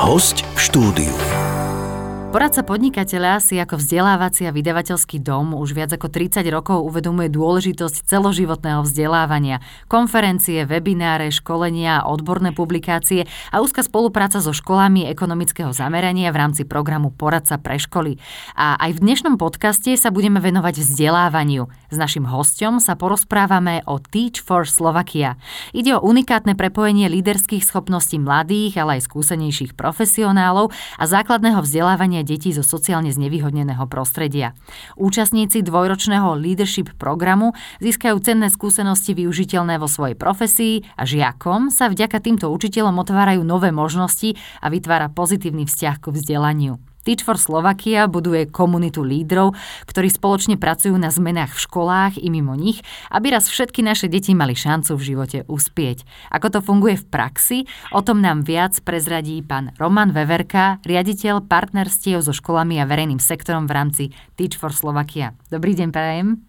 Hosť v štúdiu. Poradca podnikateľa si ako vzdelávací a vydavateľský dom už viac ako 30 rokov uvedomuje dôležitosť celoživotného vzdelávania. Konferencie, webináre, školenia, odborné publikácie a úzka spolupráca so školami ekonomického zamerania v rámci programu Poradca pre školy. A aj v dnešnom podcaste sa budeme venovať vzdelávaniu. S naším hosťom sa porozprávame o Teach for Slovakia. Ide o unikátne prepojenie líderských schopností mladých, ale aj skúsenejších profesionálov a základného vzdelávania detí zo sociálne znevýhodneného prostredia. Účastníci dvojročného leadership programu získajú cenné skúsenosti využiteľné vo svojej profesii a žiakom sa vďaka týmto učiteľom otvárajú nové možnosti a vytvára pozitívny vzťah k vzdelaniu. Teach for Slovakia buduje komunitu lídrov, ktorí spoločne pracujú na zmenách v školách i mimo nich, aby raz všetky naše deti mali šancu v živote uspieť. Ako to funguje v praxi, o tom nám viac prezradí pán Roman Veverka, riaditeľ partnerstiev so školami a verejným sektorom v rámci Teach for Slovakia. Dobrý deň, prajem.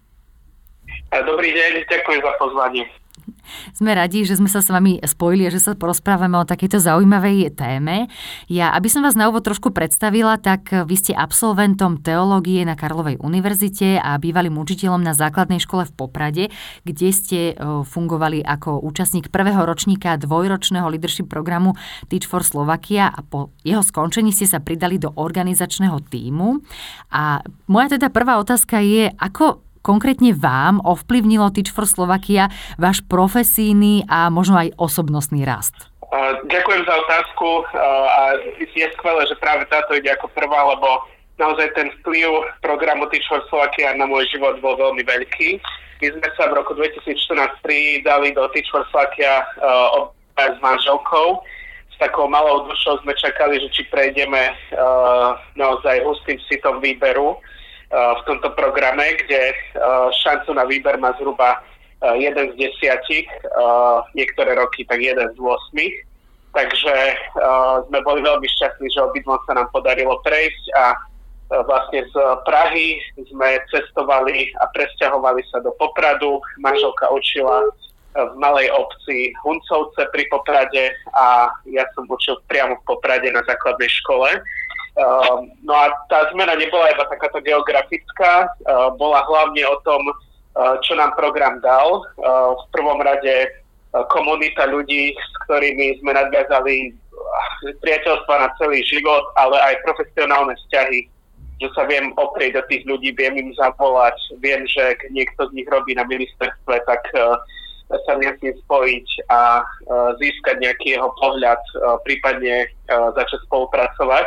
Dobrý deň, ďakujem za pozvanie. Sme radi, že sme sa s vami spojili a že sa porozprávame o takejto zaujímavej téme. Aby som vás na úvod trošku predstavila, tak vy ste absolventom teológie na Karlovej univerzite a bývalým učiteľom na základnej škole v Poprade, kde ste fungovali ako účastník prvého ročníka dvojročného leadership programu Teach for Slovakia a po jeho skončení ste sa pridali do organizačného tímu. A moja teda prvá otázka je, ako konkrétne vám ovplyvnilo Teach for Slovakia váš profesijný a možno aj osobnostný rast? Ďakujem za otázku a je skvelé, že práve táto ide ako prvá, lebo naozaj ten vplyv programu Teach for Slovakia na môj život bol veľmi veľký. My sme sa v roku 2014 pridali do Teach for Slovakia s manželkou. S takou malou dušou sme čakali, že či prejdeme naozaj hustým sitom výberu v tomto programe, kde šancu na výber má zhruba 1 z 10, niektoré roky tak 1 z 8. Takže sme boli veľmi šťastní, že obidvom sa nám podarilo prejsť a vlastne z Prahy sme cestovali a presťahovali sa do Popradu. Manželka učila v malej obci Huncovce pri Poprade a ja som učil priamo v Poprade na základnej škole. No a tá zmena nebola iba takáto geografická, bola hlavne o tom, čo nám program dal. V prvom rade komunita ľudí, s ktorými sme nadviazali priateľstva na celý život, ale aj profesionálne vzťahy, že sa viem oprieť do tých ľudí, viem im zavolať, viem, že keď niekto z nich robí na ministerstve, tak sa viem s ním spojiť a získať nejaký jeho pohľad, prípadne začať spolupracovať.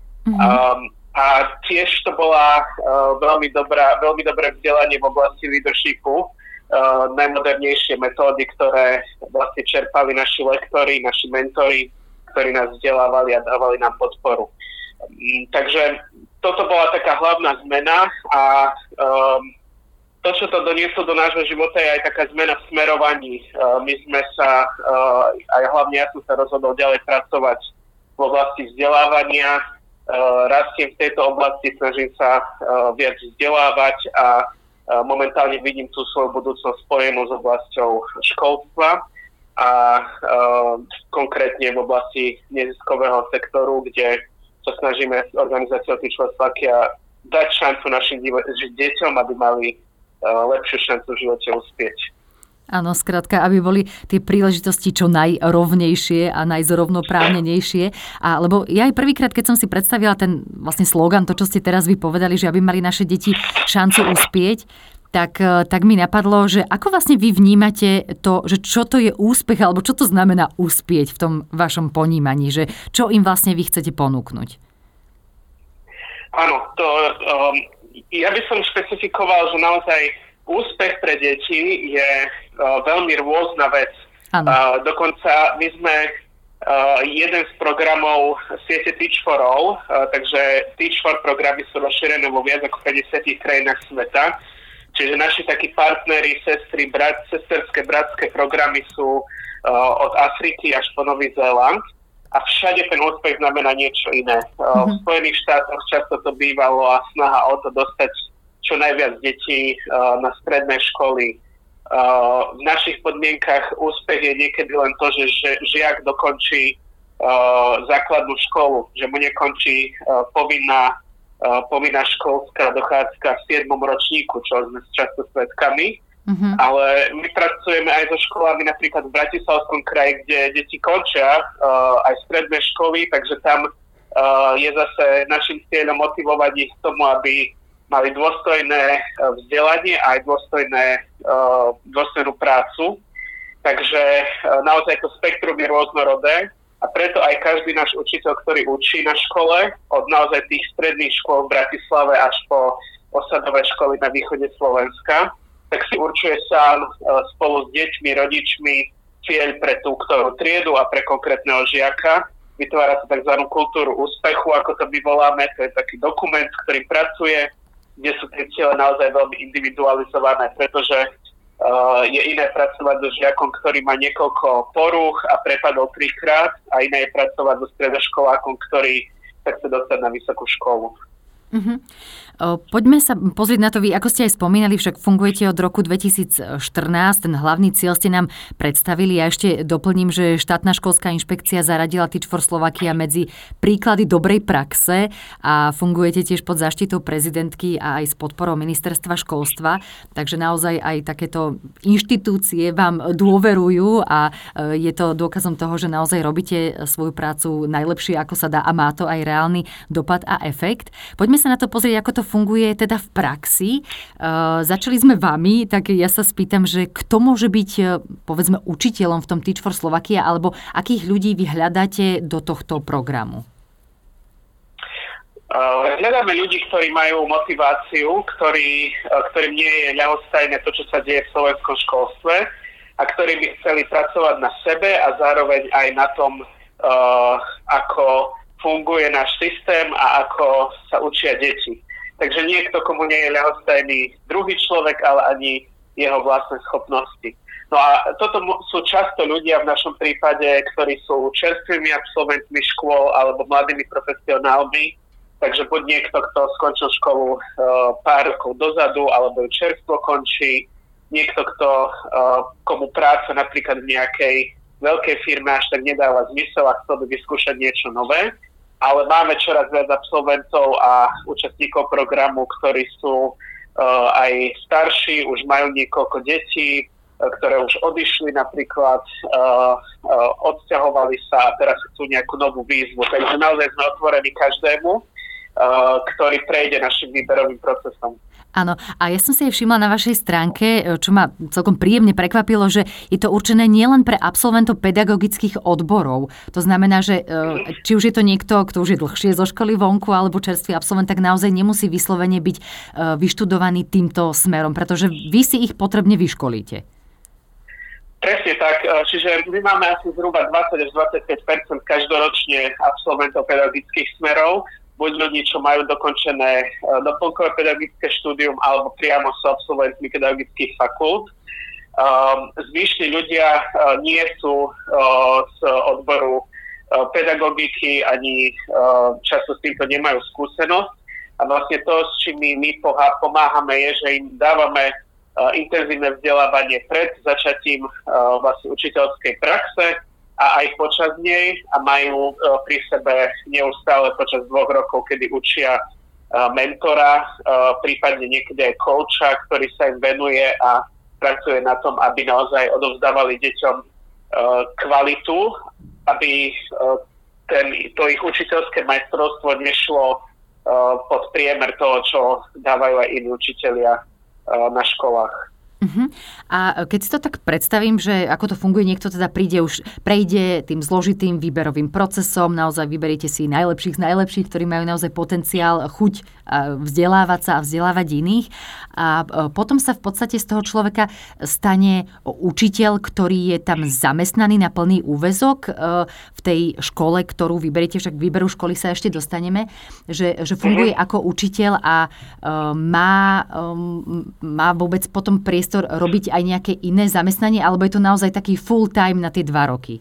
A tiež to bola veľmi dobré vzdelanie v oblasti leadershipu, najmodernejšie metódy, ktoré vlastne čerpali naši lektori, naši mentori, ktorí nás vzdelávali a dávali nám podporu. Takže toto bola taká hlavná zmena a to, čo to donieslo do nášho života, je aj taká zmena v smerovaní. My sme sa, aj hlavne ja som sa rozhodol ďalej pracovať v oblasti vzdelávania. Rastiem v tejto oblasti, snažím sa viac vzdelávať a momentálne vidím tú svoju budúcnosť spojenú s oblasťou školstva a konkrétne v oblasti neziskového sektoru, kde sa snažíme s organizáciou Teach for Slovakia dať šancu našim deťom, aby mali lepšiu šancu v živote uspieť. Áno, skrátka, aby boli tie príležitosti čo najrovnejšie a najzrovnoprávnenejšie. Lebo ja aj prvýkrát, keď som si predstavila ten vlastne slogan, to, čo ste teraz vypovedali, že aby mali naše deti šancu uspieť, tak mi napadlo, že ako vlastne vy vnímate to, že čo to je úspech, alebo čo to znamená uspieť v tom vašom ponímaní, že čo im vlastne vy chcete ponúknuť? Áno, ja by som špecifikoval, že naozaj úspech pre deti je veľmi rôzna vec. Dokonca my sme jeden z programov siete Teach for All, takže Teach for programy sú rozšírené vo viac ako 50 krajinách sveta. Čiže naši takí partneri, sestry, sesterské, bratské programy sú od Afriky až po Nový Zéland. A všade ten úspech znamená niečo iné. V Spojených štátoch často to bývalo a snaha o to dostať čo najviac detí na stredné školy. V našich podmienkach úspech je niekedy len to, že žiak dokončí základnú školu, že mu nekončí povinná školská dochádzka v 7. ročníku, čo sme často svedkami. Ale my pracujeme aj so školami napríklad v Bratislavskom kraji, kde deti končia aj stredné školy, takže tam je zase našim cieľom motivovať ich k tomu, aby mali dôstojné vzdelanie a aj dôstojnú prácu. Takže naozaj to spektrum je rôznorodé. A preto aj každý náš učiteľ, ktorý učí na škole, od naozaj tých stredných škôl v Bratislave až po osadové školy na východe Slovenska, tak si určuje sám spolu s deťmi, rodičmi cieľ pre tú ktorú triedu a pre konkrétneho žiaka. Vytvára sa tzv. Kultúru úspechu, ako to my voláme. To je taký dokument, ktorý pracuje, kde sú tie ciele naozaj veľmi individualizované, pretože je iné pracovať so žiakom, ktorý má niekoľko porúch a prepadol 3-krát, a iné je pracovať so stredoškolákom, ktorý sa chce dostať na vysokú školu. Poďme sa pozrieť na to, vy ako ste aj spomínali, však fungujete od roku 2014, ten hlavný cieľ ste nám predstavili. Ja ešte doplním, že štátna školská inšpekcia zaradila Teach for Slovakia medzi príklady dobrej praxe a fungujete tiež pod záštitou prezidentky a aj s podporou ministerstva školstva, takže naozaj aj takéto inštitúcie vám dôverujú a je to dôkazom toho, že naozaj robíte svoju prácu najlepšie, ako sa dá, a má to aj reálny dopad a efekt. Poďme sa na to pozrieť, ako to funguje teda v praxi. Začali sme vami, tak ja sa spýtam, že kto môže byť, povedzme, učiteľom v tom Teach for Slovakia, alebo akých ľudí vy hľadáte do tohto programu? Hľadáme ľudí, ktorí majú motiváciu, ktorým nie je ľahostajné to, čo sa deje v slovenskom školstve, a ktorí by chceli pracovať na sebe a zároveň aj na tom, ako funguje náš systém a ako sa učia deti. Takže niekto, komu nie je ľahostajný druhý človek, ale ani jeho vlastné schopnosti. No a toto sú často ľudia v našom prípade, ktorí sú čerstvými absolventmi škôl alebo mladými profesionálmi. Takže buď niekto, kto skončil školu pár rokov dozadu, alebo ju čerstvo končí. Niekto, komu práca napríklad v nejakej veľkej firme až tak nedáva zmysel a chcel by vyskúšať niečo nové. Ale máme čoraz viac absolventov a účastníkov programu, ktorí sú aj starší, už majú niekoľko detí, ktoré už odišli napríklad, odsťahovali sa a teraz chcú nejakú novú výzvu. Takže naozaj sme otvorení každému, ktorý prejde našim výberovým procesom. Áno, a ja som si aj všimla na vašej stránke, čo ma celkom príjemne prekvapilo, že je to určené nielen pre absolventov pedagogických odborov. To znamená, že či už je to niekto, kto už je dlhšie zo školy vonku, alebo čerstvý absolvent, tak naozaj nemusí vyslovene byť vyštudovaný týmto smerom, pretože vy si ich potrebne vyškolíte. Presne tak, čiže my máme asi zhruba 20 až 25% každoročne absolventov pedagogických smerov, buď ľudí, čo majú dokončené doplnkové pedagogické štúdium, alebo priamo sú absolventmi pedagogických fakult. Zvyšní ľudia nie sú z odboru pedagogiky, ani často s týmto nemajú skúsenosť. A vlastne to, s čím my pomáhame, je, že im dávame intenzívne vzdelávanie pred začatím vlastne učiteľskej praxe a aj počas nej, a majú pri sebe neustále počas 2 rokov, kedy učia mentora, prípadne niekedy aj kouča, ktorý sa im venuje a pracuje na tom, aby naozaj odovzdávali deťom kvalitu, aby to ich učiteľské majstrovstvo nešlo pod priemer toho, čo dávajú aj iní učitelia na školách. A keď si to tak predstavím, že ako to funguje, niekto teda prejde tým zložitým výberovým procesom, naozaj vyberiete si najlepších z najlepších, ktorí majú naozaj potenciál, chuť vzdelávať sa a vzdelávať iných. A potom sa v podstate z toho človeka stane učiteľ, ktorý je tam zamestnaný na plný úväzok v tej škole, ktorú vyberiete, však k výberu školy sa ešte dostaneme, že funguje ako učiteľ a má vôbec potom priestor robiť aj nejaké iné zamestnanie, alebo je to naozaj taký full time na tie 2 roky?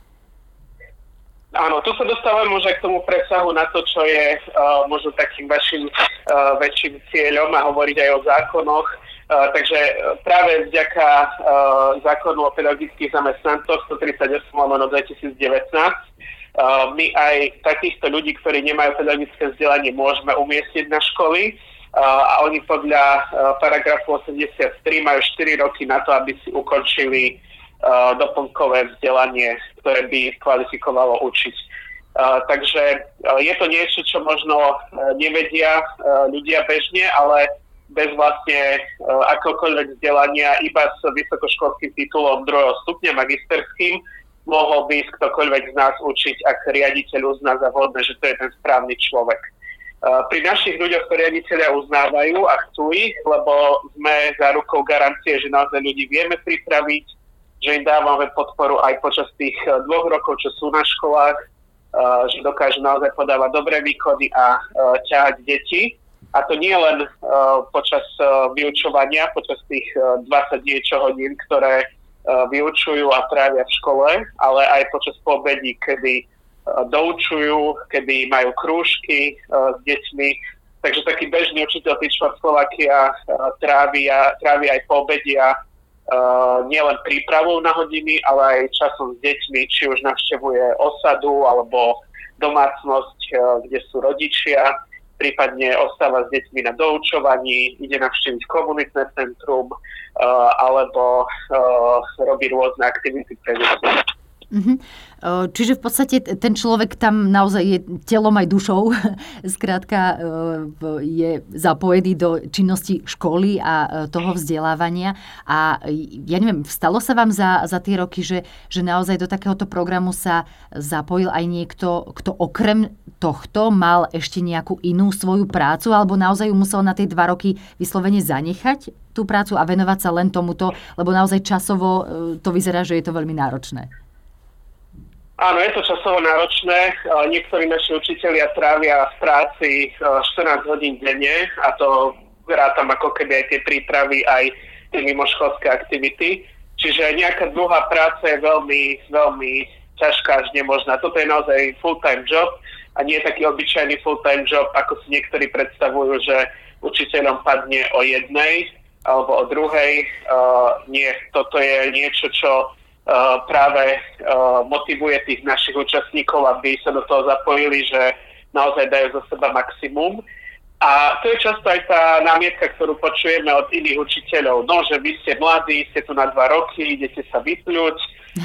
Áno, tu sa dostávame už aj k tomu presahu na to, čo je možno takým vašim väčším cieľom, a hovoriť aj o zákonoch. Takže práve vďaka zákonu o pedagogických zamestnancoch 138/2019 My aj takýchto ľudí, ktorí nemajú pedagogické vzdelanie, môžeme umiestniť na školy a oni podľa paragrafu 83 majú 4 roky na to, aby si ukončili doplnkové vzdelanie, ktoré by kvalifikovalo učiť. Takže je to niečo, čo možno nevedia ľudia bežne, ale bez vlastne akokoľvek vzdelania, iba s vysokoškolským titulom 2. stupňa magisterským, mohol by ktokoľvek z nás učiť, ak riaditeľ uzná za vhodné, že to je ten správny človek. Pri našich ľuďoch to riaditeľia uznávajú a chcú ich, lebo sme zárukou garancie, že naozaj ľudí vieme pripraviť, že im dávame podporu aj počas tých 2 rokov, čo sú na školách, že dokážu naozaj podávať dobré výkony a ťahať deti. A to nie len počas vyučovania, počas tých 20 niečo hodín, ktoré vyučujú a trávia v škole, ale aj počas poobedí, kedy doučujú, kedy majú krúžky s deťmi. Takže taký bežný učiteľ Teach for Slovakia trávi aj poobedia nielen prípravou na hodiny, ale aj časom s deťmi, či už navštevuje osadu alebo domácnosť, kde sú rodičia, prípadne ostáva s deťmi na doučovaní, ide navštíviť komunitné centrum alebo robí rôzne aktivity pre deti. Čiže v podstate ten človek tam naozaj je telom aj dušou, skrátka je zapojený do činnosti školy a toho vzdelávania. A ja neviem, stalo sa vám za tie roky, že naozaj do takéhoto programu sa zapojil aj niekto, kto okrem tohto mal ešte nejakú inú svoju prácu, alebo naozaj ju musel na tie 2 roky vyslovene zanechať tú prácu a venovať sa len tomuto, lebo naozaj časovo to vyzerá, že je to veľmi náročné. Áno, je to časovo náročné. Niektorí naši učitelia trávia v práci 14 hodín denne a to rátam ako keby aj tie prípravy, aj tie mimoškolské aktivity. Čiže nejaká druhá práca je veľmi, veľmi ťažká až nemožná. Toto je naozaj full-time job a nie je taký obyčajný full-time job, ako si niektorí predstavujú, že učiteľom padne o 1 alebo o 2. Nie, toto je niečo, čo práve motivuje tých našich účastníkov, aby sa do toho zapojili, že naozaj dajú zo seba maximum. A to je často aj tá námietka, ktorú počujeme od iných učiteľov. No, že vy ste mladí, ste tu na 2 roky, idete sa vypľuť.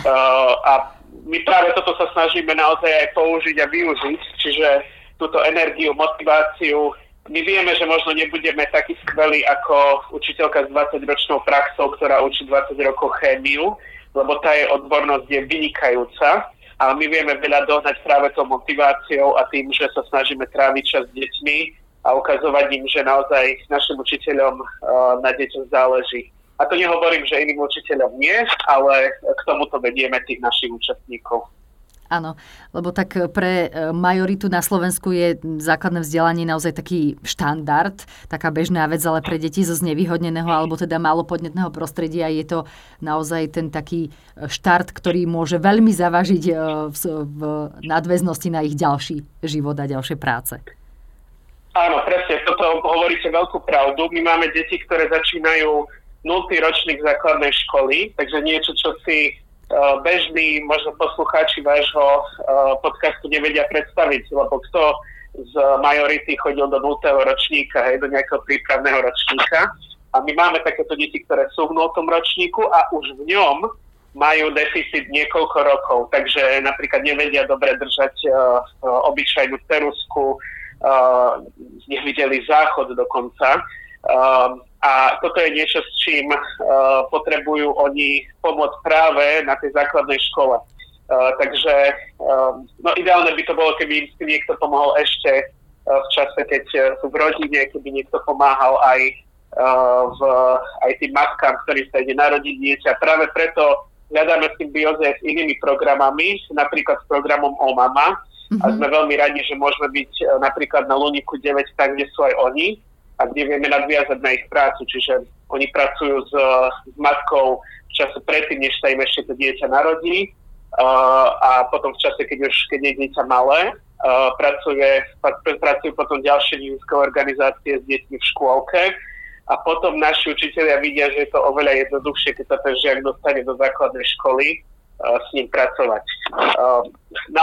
A my práve toto sa snažíme naozaj aj použiť a využiť. Čiže túto energiu, motiváciu. My vieme, že možno nebudeme takí skvelí ako učiteľka s 20-ročnou praxou, ktorá učí 20 rokov chémiu, lebo tá jej odbornosť je vynikajúca, ale my vieme veľa dohnať práve tou motiváciou a tým, že sa snažíme tráviť čas s deťmi a ukazovať im, že naozaj našim učiteľom na deťoch záleží. A to nehovorím, že iným učiteľom nie, ale k tomuto vedieme tých našich účastníkov. Áno, lebo tak pre majoritu na Slovensku je základné vzdelanie naozaj taký štandard, taká bežná vec, ale pre deti zo znevýhodneného alebo teda málo podnetného prostredia je to naozaj ten taký štart, ktorý môže veľmi zavážiť v nadväznosti na ich ďalší život a ďalšie práce. Áno, presne, toto hovoríte veľkú pravdu. My máme deti, ktoré začínajú 0. ročník základnej školy, takže niečo, čo si bežní možno poslucháči vášho podcastu nevedia predstaviť, lebo kto z majority chodil do 0. ročníka, do nejakého prípravného ročníka. A my máme takéto deti, ktoré sú v 0. ročníku a už v ňom majú deficit niekoľko rokov, takže napríklad nevedia dobre držať obyčajnú ceruzku, nevideli záchod dokonca. A toto je niečo, s čím potrebujú oni pomôcť práve na tej základnej škole. Takže ideálne by to bolo, keby im s tým niekto pomohol ešte v čase, keď sú v rodine, keby niekto pomáhal aj tým matkám, ktorým sa ide narodiť dieťa. Práve preto hľadáme symbióze s inými programami, napríklad s programom O Mama. A sme veľmi radi, že môžeme byť napríklad na Luniku 9, tam, kde sú aj oni, a kde vieme nadviazať na ich prácu. Čiže oni pracujú s matkou v čase predtým, než sa im ešte to dieťa narodí, a potom v čase, keď je dieťa malé, pracujú potom ďalšie neziskové organizácie s deťmi v škôlke a potom naši učitelia vidia, že je to oveľa jednoduchšie, keď sa ten žiak dostane do základnej školy, s ním pracovať.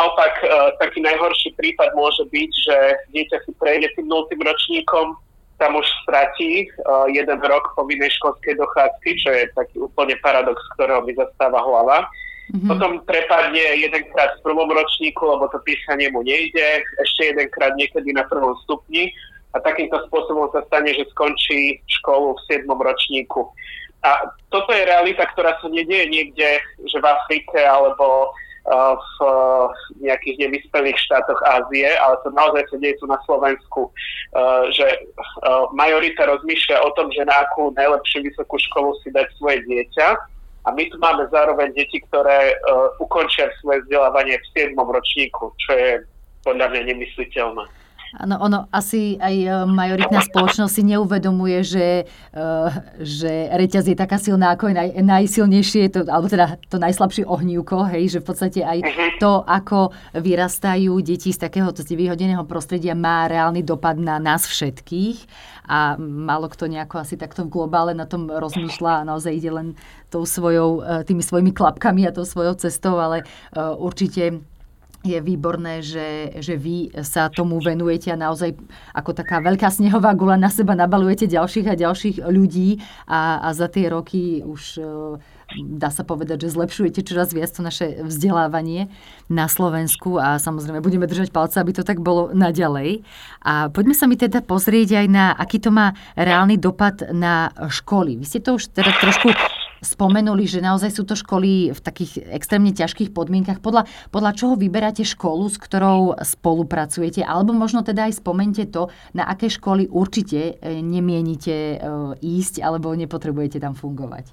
naopak taký najhorší prípad môže byť, že dieťa si prejde tým 0. ročníkom, tam už stratí 1 rok povinnej školskej dochádzky, čo je taký úplne paradox, ktorého mi zastáva hlava. Potom prepadne jedenkrát v 1. ročníku, lebo to písanie mu nejde, ešte jedenkrát niekedy na 1. stupni a takýmto spôsobom sa stane, že skončí školu v 7. ročníku. A toto je realita, ktorá sa nedieje niekde, že v Afrike alebo v nejakých nevyspelých štátoch Ázie, ale to naozaj sa deje tu na Slovensku, že majorita rozmýšľa o tom, že na akú najlepšiu vysokú školu si dať svoje dieťa a my tu máme zároveň deti, ktoré ukončia svoje vzdelávanie v 7. ročníku, čo je podľa mňa nemysliteľné. Áno, ono asi aj majoritná spoločnosť si neuvedomuje, že reťaz je taká silná, ako je najsilnejšie, alebo teda to najslabšie ohnívko, hej, že v podstate aj to, ako vyrastajú deti z takéhoto vyhodeného prostredia, má reálny dopad na nás všetkých a málo kto nejako asi takto v globále na tom rozmýšľa a naozaj ide len tými svojimi klapkami a tou svojou cestou, ale určite je výborné, že vy sa tomu venujete a naozaj ako taká veľká snehová guľa na seba nabalujete ďalších a ďalších ľudí a za tie roky už dá sa povedať, že zlepšujete čoraz viac to naše vzdelávanie na Slovensku a samozrejme budeme držať palce, aby to tak bolo naďalej. A poďme sa mi teda pozrieť aj na, aký to má reálny dopad na školy. Vy ste to už teda trošku spomenuli, že naozaj sú to školy v takých extrémne ťažkých podmienkach. Podľa čoho vyberáte školu, s ktorou spolupracujete? Alebo možno teda aj spomente to, na aké školy určite nemienite ísť alebo nepotrebujete tam fungovať.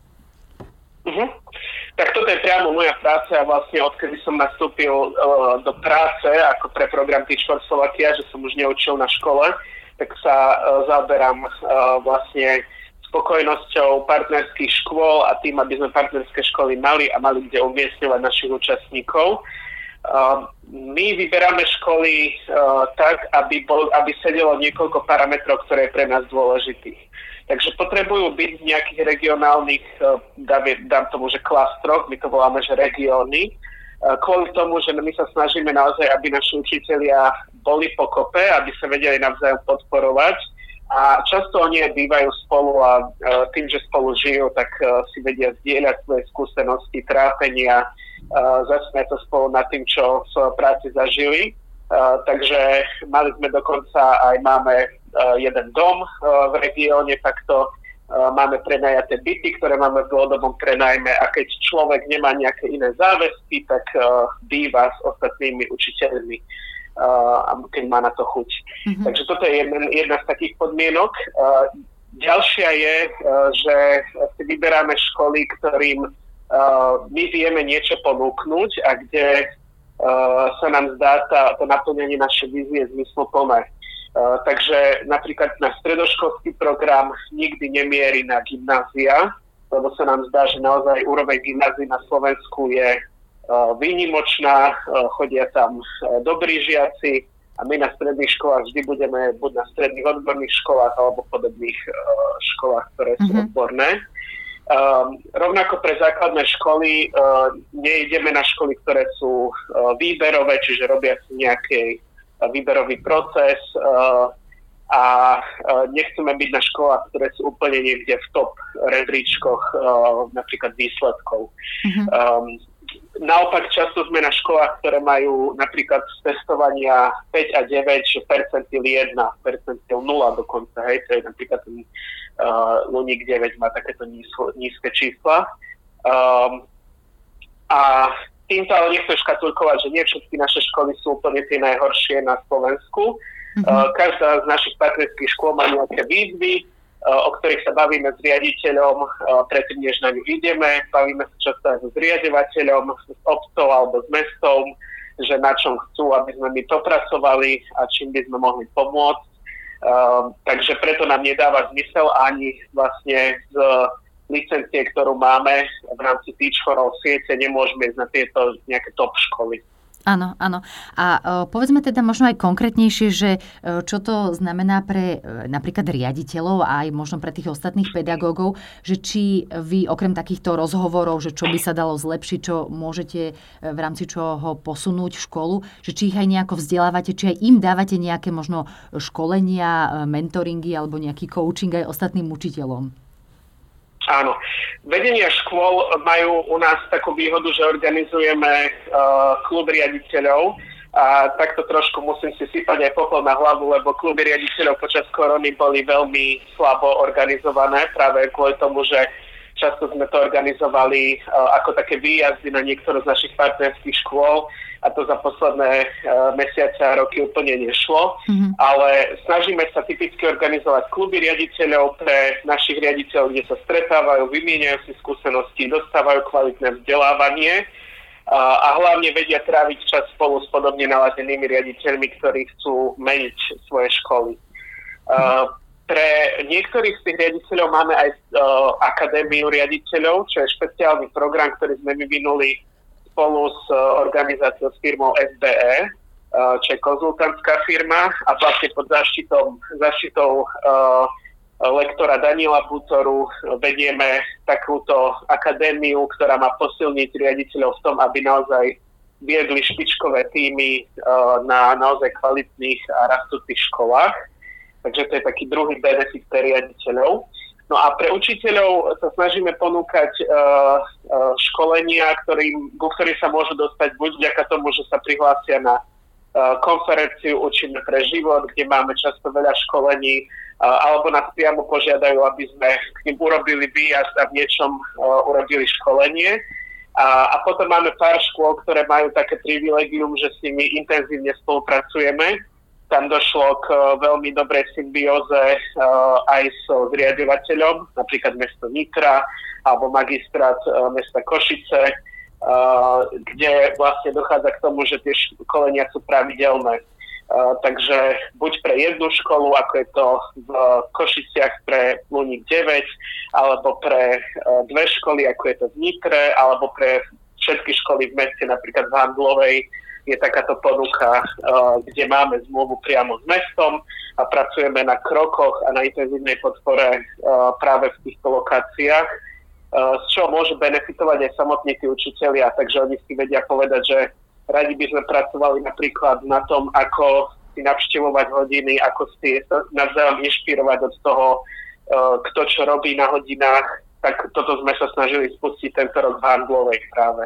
Tak toto je priamo moja práca a vlastne odkedy som nastúpil do práce ako pre program Teach for Slovakia, že som už neučil na škole, tak sa zaoberám vlastne spokojnosťou partnerských škôl a tým, aby sme partnerské školy mali kde umiestňovať našich účastníkov. My vyberáme školy tak, aby sedelo niekoľko parametrov, ktoré je pre nás dôležitých. Takže potrebujú byť v nejakých regionálnych, dám tomu, že klastroch, my to voláme, že regióny, kvôli tomu, že my sa snažíme naozaj, aby naši učitelia boli pokope, aby sa vedeli navzájom podporovať. A často oni bývajú spolu a tým, že spolu žijú, tak si vedia zdieľať svoje skúsenosti, trápenia, zasmiať sa spolu nad tým, čo v práci zažili. Takže mali sme dokonca máme jeden dom v regióne, takto máme prenajaté byty, ktoré máme v dlhodobom prenajme a keď človek nemá nejaké iné záväzky, tak býva s ostatnými učiteľmi. Keď má na to chuť. Takže toto je jedna z takých podmienok. Ďalšia je, že si vyberáme školy, ktorým my vieme niečo ponúknuť a kde sa nám zdá to naplnenie našej vízie zmysluplné. Takže napríklad na stredoškolský program nikdy nemierí na gymnázia, lebo sa nám zdá, že naozaj úroveň gymnázií na Slovensku je výnimočná, chodia tam dobrí žiaci a my na stredných školách vždy budeme buď na stredných odborných školách alebo podobných školách, ktoré sú odborné. Rovnako pre základné školy neideme na školy, ktoré sú výberové, čiže robia si nejaký výberový proces a nechceme byť na školách, ktoré sú úplne niekde v top rebríčkoch napríklad výsledkov. Naopak často sme na školách, ktoré majú napríklad z testovania 5 a 9, že percentil 1, percentil 0 dokonca, hej, to je napríklad ten Luník 9 má takéto nízke čísla. A týmto ale nechcem škatulkovať, že nie všetky naše školy sú úplne tie najhoršie na Slovensku. Každá z našich partnerských škôl má nejaké výzvy, o ktorých sa bavíme s riaditeľom predtým, než na ňu ideme. Bavíme sa často aj s riadevateľom, s obcov alebo s mestom, že na čom chcú, aby sme my to pracovali a čím by sme mohli pomôcť. Takže preto nám nedáva zmysel ani vlastne z licencie, ktorú máme v rámci Teach for All siete, nemôžeme ísť na tieto nejaké top školy. Áno, áno. A povedzme teda možno aj konkrétnejšie, že čo to znamená pre napríklad riaditeľov a aj možno pre tých ostatných pedagógov, že či vy okrem takýchto rozhovorov, že čo by sa dalo zlepšiť, čo môžete v rámci čoho posunúť školu, že či ich aj nejako vzdelávate, či aj im dávate nejaké možno školenia, mentoringy alebo nejaký coaching aj ostatným učiteľom. Áno. Vedenia škôl majú u nás takú výhodu, že organizujeme klub riaditeľov a takto trošku musím si sypať aj popol na hlavu, lebo kluby riaditeľov počas korony boli veľmi slabo organizované práve kvôli tomu, že často sme to organizovali ako také výjazdy na niektoré z našich partnerských škôl a to za posledné mesiace a roky úplne nešlo. Ale snažíme sa typicky organizovať kluby riaditeľov pre našich riaditeľov, kde sa stretávajú, vymieňajú si skúsenosti, dostávajú kvalitné vzdelávanie a hlavne vedia tráviť čas spolu s podobne naladenými riaditeľmi, ktorí chcú meniť svoje školy. Pre niektorých z tých riaditeľov máme aj akadémiu riaditeľov, čo je špeciálny program, ktorý sme vyvinuli spolu s organizáciou s firmou SBE, čo je konzultantská firma a vlastne pod zaštitou lektora Daniela Butoru vedieme takúto akadémiu, ktorá má posilniť riaditeľov v tom, aby naozaj viedli špičkové týmy na naozaj kvalitných a rastúcich školách. Takže to je taký druhý benefit pre riaditeľov. No a pre učiteľov sa snažíme ponúkať školenia, ku ktorým sa môžu dostať buď vďaka tomu, že sa prihlásia na konferenciu Učíme pre život, kde máme často veľa školení, alebo nás priamo požiadajú, aby sme k nim urobili výjazd a v niečom urobili školenie. A potom máme pár škôl, ktoré majú také privilegium, že s nimi intenzívne spolupracujeme. Tam došlo k veľmi dobrej symbióze aj so zriaďovateľom, napríklad mesto Nitra alebo magistrát mesta Košice, kde vlastne dochádza k tomu, že tie školenia sú pravidelné. Takže buď pre jednu školu, ako je to v Košiciach pre Luník 9, alebo pre dve školy, ako je to v Nitre, alebo pre všetky školy v meste, napríklad v Handlovej, je takáto ponuka, kde máme zmluvu priamo s mestom a pracujeme na krokoch a na intenzívnej podpore práve v týchto lokáciách, z čoho môžu benefitovať aj samotní tí učitelia, takže oni si vedia povedať, že radi by sme pracovali napríklad na tom, ako si navštevovať hodiny, ako si navzájom inšpirovať od toho, kto čo robí na hodinách, tak toto sme sa snažili spustiť tento rok v Handlovej práve.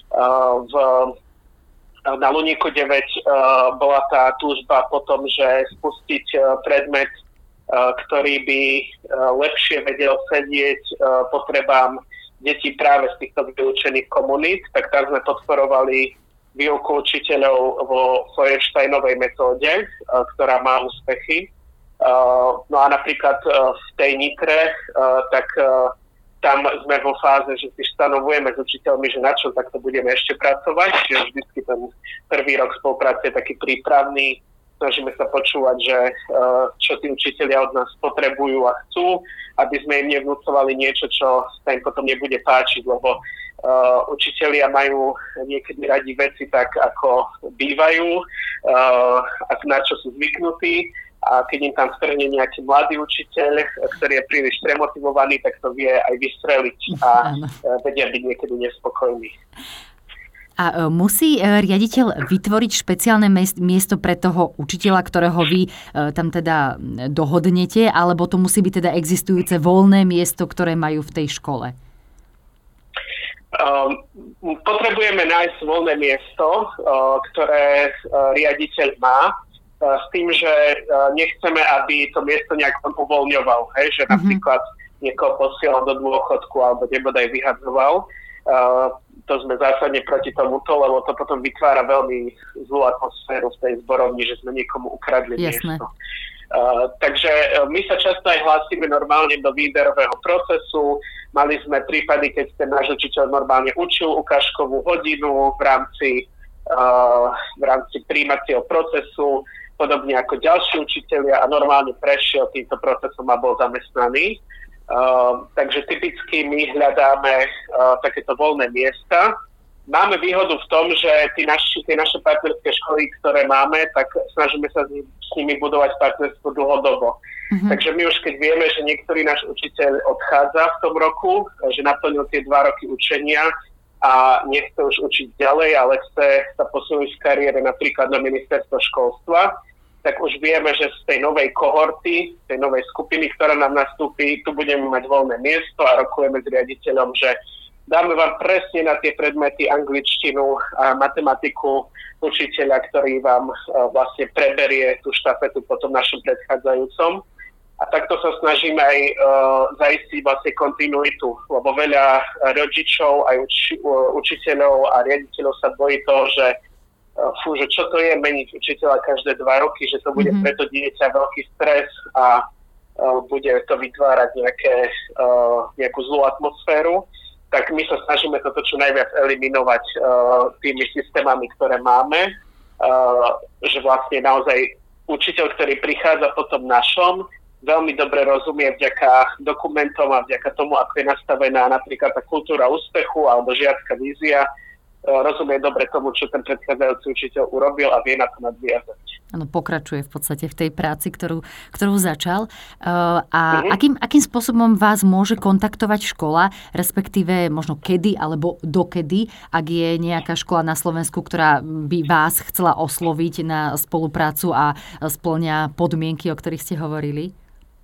Na Luníku 9 bola tá túžba po tom, že spustiť predmet, ktorý by lepšie vedel sedieť potrebám detí práve z týchto vylúčených komunít, tak tam sme podporovali výuku učiteľov vo Feuersteinovej metóde, ktorá má úspechy. No a napríklad v tej Nitre, tak tam sme vo fáze, že si stanovujeme s učiteľmi, že na čo takto budeme ešte pracovať. Čiže vždy ten prvý rok spolupráce je taký prípravný. Snažíme sa počúvať, že čo tí učitelia od nás potrebujú a chcú, aby sme im nevnúcovali niečo, čo sa im potom nebude páčiť, lebo učitelia majú niekedy radi veci tak, ako bývajú, na čo sú zvyknutí. A keď im tam strhne nejaký mladý učiteľ, ktorý je príliš premotivovaný, tak to vie aj vystreliť a vedia byť niekedy nespokojní. A musí riaditeľ vytvoriť špeciálne miesto pre toho učiteľa, ktorého vy tam teda dohodnete, alebo to musí byť teda existujúce voľné miesto, ktoré majú v tej škole? Potrebujeme nájsť voľné miesto, ktoré riaditeľ má, s tým, že nechceme, aby to miesto nejak uvoľňoval, že napríklad niekoho posielal do dôchodku alebo nebodaj vyhadzoval. To sme zásadne proti tomuto, lebo to potom vytvára veľmi zlú atmosféru v tej zborovni, že sme niekomu ukradli miesto. Takže my sa často aj hlásime normálne do výberového procesu. Mali sme prípady, keď ten náš učiteľ normálne učil ukážkovú hodinu v rámci prijímacieho procesu, podobne ako ďalší učitelia a normálne prešiel týmto procesom a bol zamestnaný. Takže typicky my hľadáme takéto voľné miesta máme výhodu v tom, že tie naše partnerské školy, ktoré máme, tak snažíme sa s nimi budovať partnerstvo dlhodobo. Takže my už keď vieme, že niektorý náš učiteľ odchádza v tom roku, že naplnil tie 2 roky učenia a nechce už učiť ďalej, ale chce sa posunúť v kariére napríklad na ministerstvo školstva, tak už vieme, že z tej novej kohorty, tej novej skupiny, ktorá nám nastúpi, tu budeme mať voľné miesto a rokujeme s riaditeľom, že dáme vám presne na tie predmety angličtinu a matematiku učiteľa, ktorý vám vlastne preberie tú štafetu po tom našom predchádzajúcom. A takto sa snažíme aj zaistiť vlastne kontinuitu, lebo veľa rodičov, aj učiteľov a riaditeľov sa bojí toho, že že čo to je meniť učiteľa každé 2 roky, že to bude preto dieťa veľký stres a bude to vytvárať nejakú zlú atmosféru. Tak my sa snažíme toto čo najviac eliminovať tými systémami, ktoré máme, že vlastne naozaj učiteľ, ktorý prichádza po tom našom, veľmi dobre rozumie vďaka dokumentom a vďaka tomu, ako je nastavená napríklad tá kultúra úspechu alebo žiacka vízia, rozumie dobre tomu, čo ten predchádzajúci učiteľ urobil a vie na to nadviazať. Áno, pokračuje v podstate v tej práci, ktorú začal. Akým spôsobom vás môže kontaktovať škola, respektíve možno kedy alebo dokedy, ak je nejaká škola na Slovensku, ktorá by vás chcela osloviť na spoluprácu a spĺňa podmienky, o ktorých ste hovorili?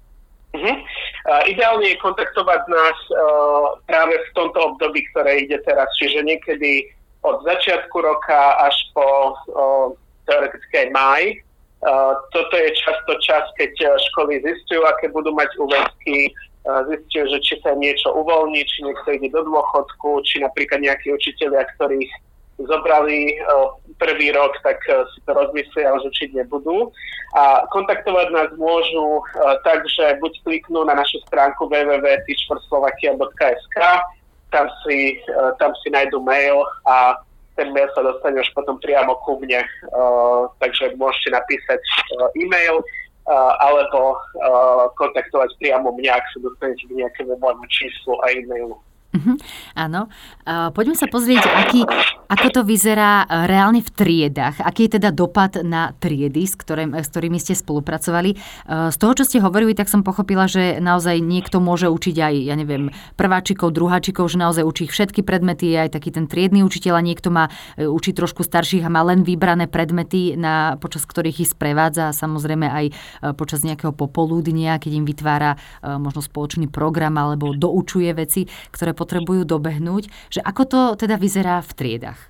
Ideálne je kontaktovať nás práve v tomto období, ktoré ide teraz, čiže niekedy od začiatku roka až po teoreticky aj máj. Toto je často čas, keď školy zistujú, aké budú mať úväzky, zistujú, že či sa niečo uvoľní, či niekto ide do dôchodku, či napríklad nejakí učitelia, ktorých zobrali prvý rok, tak si to rozmyslia, že učiť nebudú. A kontaktovať nás môžu tak, že buď kliknú na našu stránku www.teachforslovakia.sk, tam si nájdu mail a ten mail sa dostane už potom priamo ku mne. Takže môžete napísať e-mail alebo kontaktovať priamo mňa, ak sa dostanete k nejakému môjmu číslu a e-mailu. Áno. Poďme sa pozrieť, ako to vyzerá reálne v triedách. Aký je teda dopad na triedy, s ktorými ste spolupracovali. Z toho, čo ste hovorili, tak som pochopila, že naozaj niekto môže učiť aj, prváčikov, druháčikov, že naozaj učí všetky predmety, aj taký ten triedny učiteľ, a niekto má učí trošku starších a má len vybrané predmety, počas ktorých ich sprevádza, a samozrejme aj počas nejakého popoludnia, keď im vytvára možno spoločný program alebo doučuje veci, ktoré potrebujú dobehnúť, že ako to teda vyzerá v triedách?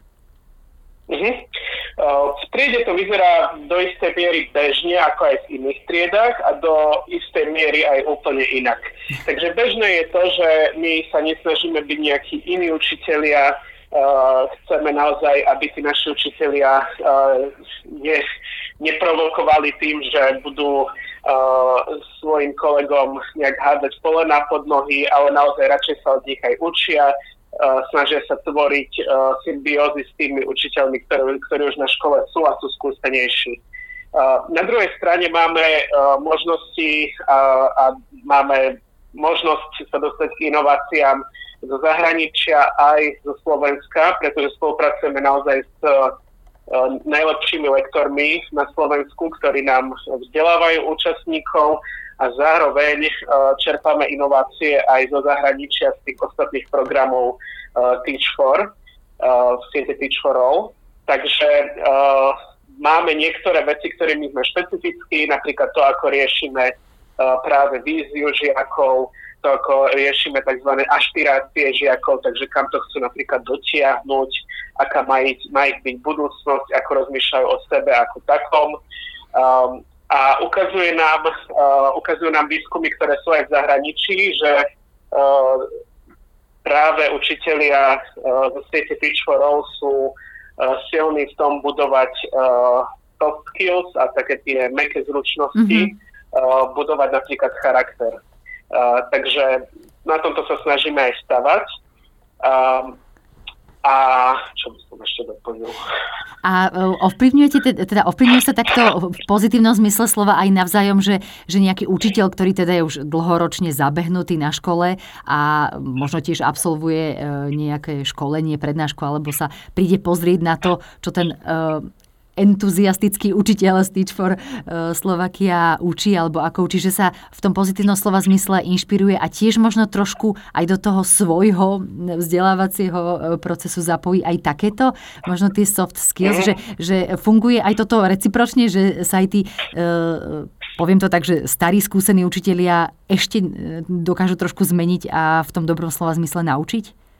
V triede to vyzerá do istej miery bežne, ako aj v iných triedách, a do istej miery aj úplne inak. Takže bežné je to, že my sa nesnažíme byť nejakí iní učitelia, chceme naozaj, aby tí naši učitelia neprovokovali tým, že budú svojim kolegom nejak hádzať polena pod nohy, ale naozaj radšej sa od nich aj učia, snažia sa tvoriť symbiózy s tými učiteľmi, ktorí už na škole sú a sú skúsenejší. Na druhej strane máme možnosti a máme možnosť sa dostať k inováciám zo zahraničia aj zo Slovenska, pretože spolupracujeme naozaj s najlepšími lektormi na Slovensku, ktorí nám vzdelávajú účastníkov, a zároveň čerpáme inovácie aj zo zahraničia z tých ostatných programov Teach4, v siete Teach4All. Takže máme niektoré veci, ktorými sme špecifickí, napríklad to, ako riešime práve víziu žiakov, to, ako riešime tzv. Ašpirácie žiakov, takže kam to chcú napríklad dotiahnuť, aká má ich byť budúcnosť, ako rozmýšľajú o sebe ako takom. A ukazujú nám výskumy, ktoré sú aj v zahraničí, že práve učitelia zo siete Teach4All sú silní v tom budovať soft skills a také tie mäkké zručnosti, budovať napríklad charakter. Takže na tomto sa snažíme aj stavať. A čo by som ešte doplnil? A ovplyvňuje sa takto v pozitívnom zmysle slova aj navzájom, že nejaký učiteľ, ktorý teda je už dlhoročne zabehnutý na škole a možno tiež absolvuje nejaké školenie, prednášku, alebo sa príde pozrieť na to, čo ten entuziastický učiteľ z Teach for Slovakia učí, alebo ako učí, že sa v tom pozitívnom slova zmysle inšpiruje a tiež možno trošku aj do toho svojho vzdelávacieho procesu zapojí aj takéto, možno tie soft skills, že funguje aj toto recipročne, že sa aj tí, poviem to tak, že starí skúsení učitelia ešte dokážu trošku zmeniť a v tom dobrom slova zmysle naučiť?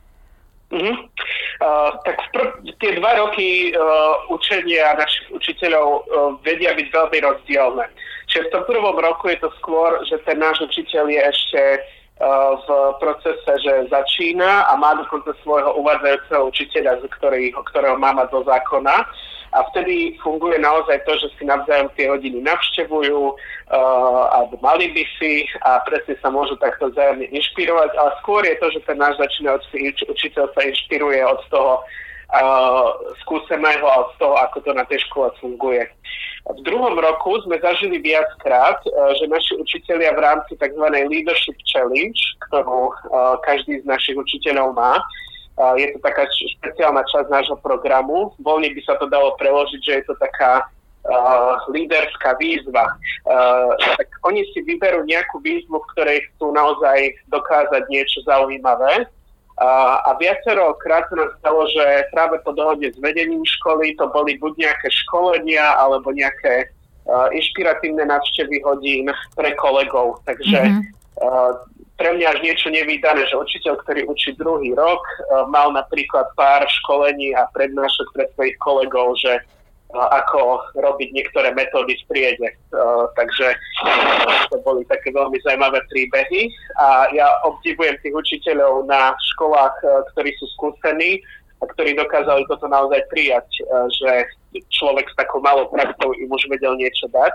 Tak tie 2 roky učenia našich učiteľov vedia byť veľmi rozdielne. Čiže v tom prvom roku je to skôr, že ten náš učiteľ je ešte v procese, že začína a má dokonca svojho uvádzajúceho učiteľa, ktorého má mať zo zákona. A vtedy funguje naozaj to, že si navzájom tie hodiny navštevujú, alebo mali by si a presne sa môžu takto vzájomne inšpirovať, ale skôr je to, že ten náš začínajúci učiteľ sa inšpiruje od toho skúseného a od toho, ako to na tej škole funguje. V druhom roku sme zažili viackrát, že naši učitelia v rámci tzv. Leadership Challenge, ktorú každý z našich učiteľov má, je to taká špeciálna časť nášho programu. Voľne by sa to dalo preložiť, že je to taká líderská výzva. Tak oni si vyberú nejakú výzvu, v ktorej chcú naozaj dokázať niečo zaujímavé. A viacerokrát sa nám stalo, že práve po dohode s vedením školy to boli buď nejaké školenia alebo nejaké inšpiratívne návštevy hodín pre kolegov. Takže pre mňa až niečo nevídané, že učiteľ, ktorý učí druhý rok, mal napríklad pár školení a prednášok pre svojich kolegov, že ako robiť niektoré metódy v triede. Takže to boli také veľmi zaujímavé príbehy a ja obdivujem tých učiteľov na školách, ktorí sú skúsení a ktorí dokázali toto naozaj prijať, že človek s takou malou praxou im už vedel niečo dať,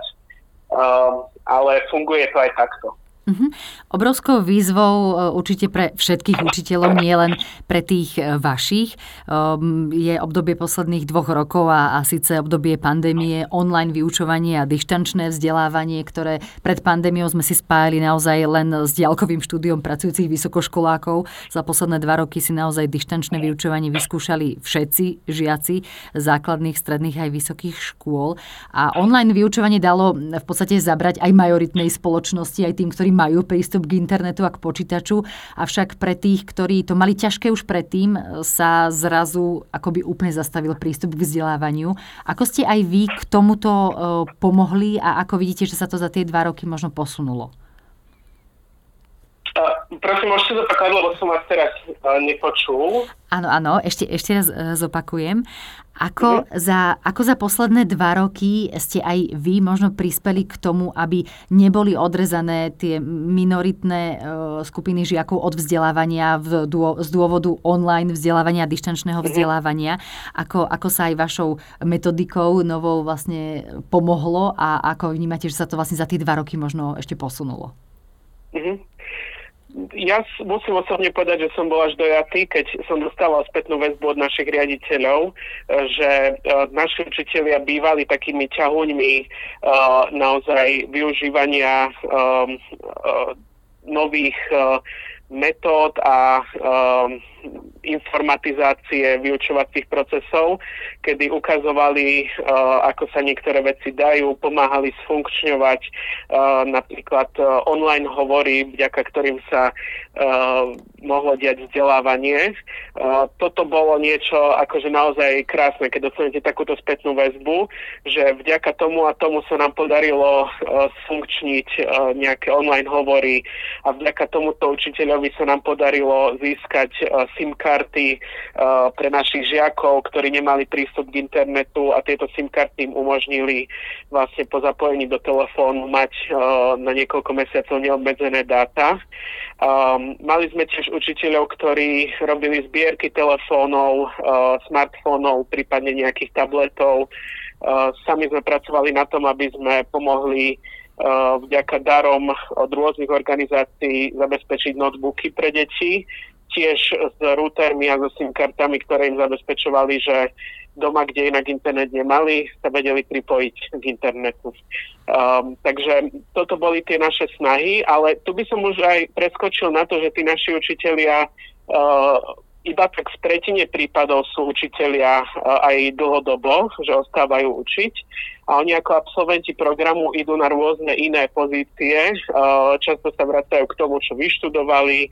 ale funguje to aj takto. Obrovskou výzvou určite pre všetkých učiteľov, nie len pre tých vašich, je obdobie posledných 2 rokov a síce obdobie pandémie, online vyučovanie a dištančné vzdelávanie, ktoré pred pandémiou sme si spájali naozaj len s diaľkovým štúdiom pracujúcich vysokoškolákov. Za posledné 2 roky si naozaj dištančné vyučovanie vyskúšali všetci žiaci základných, stredných aj vysokých škôl. A online vyučovanie dalo v podstate zabrať aj majoritnej spoločnosti, aj tým, ktorí majú prístup k internetu a k počítaču, avšak pre tých, ktorí to mali ťažké už predtým, sa zrazu akoby úplne zastavil prístup k vzdelávaniu. Ako ste aj vy k tomuto pomohli a ako vidíte, že sa to za tie 2 roky možno posunulo? Prosím, môžete zopakovať, lebo som vás teraz nepočul. Áno, ešte raz zopakujem. Ako za posledné 2 roky ste aj vy možno prispeli k tomu, aby neboli odrezané tie minoritné skupiny žiakov od vzdelávania z dôvodu online vzdelávania a dištančného vzdelávania? Ako sa aj vašou metodikou novou vlastne pomohlo a ako vnímate, že sa to vlastne za tie 2 roky možno ešte posunulo? Ja musím osobne povedať, že som bol až dojatý, keď som dostala spätnú väzbu od našich riaditeľov, že naši učitelia bývali takými ťahuňmi naozaj využívania nových metód a informatizácie vyučovacích procesov, kedy ukazovali, ako sa niektoré veci dajú, pomáhali sfunkčňovať napríklad online hovory, vďaka ktorým sa mohlo diať vzdelávanie. Toto bolo niečo akože naozaj krásne, keď dostanete takúto spätnú väzbu, že vďaka tomu a tomu sa nám podarilo sfunkčniť nejaké online hovory a vďaka tomuto učiteľovi sa nám podarilo získať SIM karty pre našich žiakov, ktorí nemali prístup k internetu a tieto SIM karty im umožnili vlastne po zapojení do telefónu mať na niekoľko mesiacov neobmedzené dáta. Mali sme tiež učiteľov, ktorí robili zbierky telefónov, smartfónov, prípadne nejakých tabletov. Sami sme pracovali na tom, aby sme pomohli vďaka darom od rôznych organizácií zabezpečiť notebooky pre deti. tiež s routermi a so SIM kartami, ktoré im zabezpečovali, že doma, kde inak internet nemali, sa vedeli pripojiť k internetu. Takže toto boli tie naše snahy, ale tu by som už aj preskočil na to, že tí naši učitelia iba tak v tretine prípadov sú učitelia aj dlhodobo, že ostávajú učiť. A oni ako absolventi programu idú na rôzne iné pozície. Často sa vracajú k tomu, čo vyštudovali,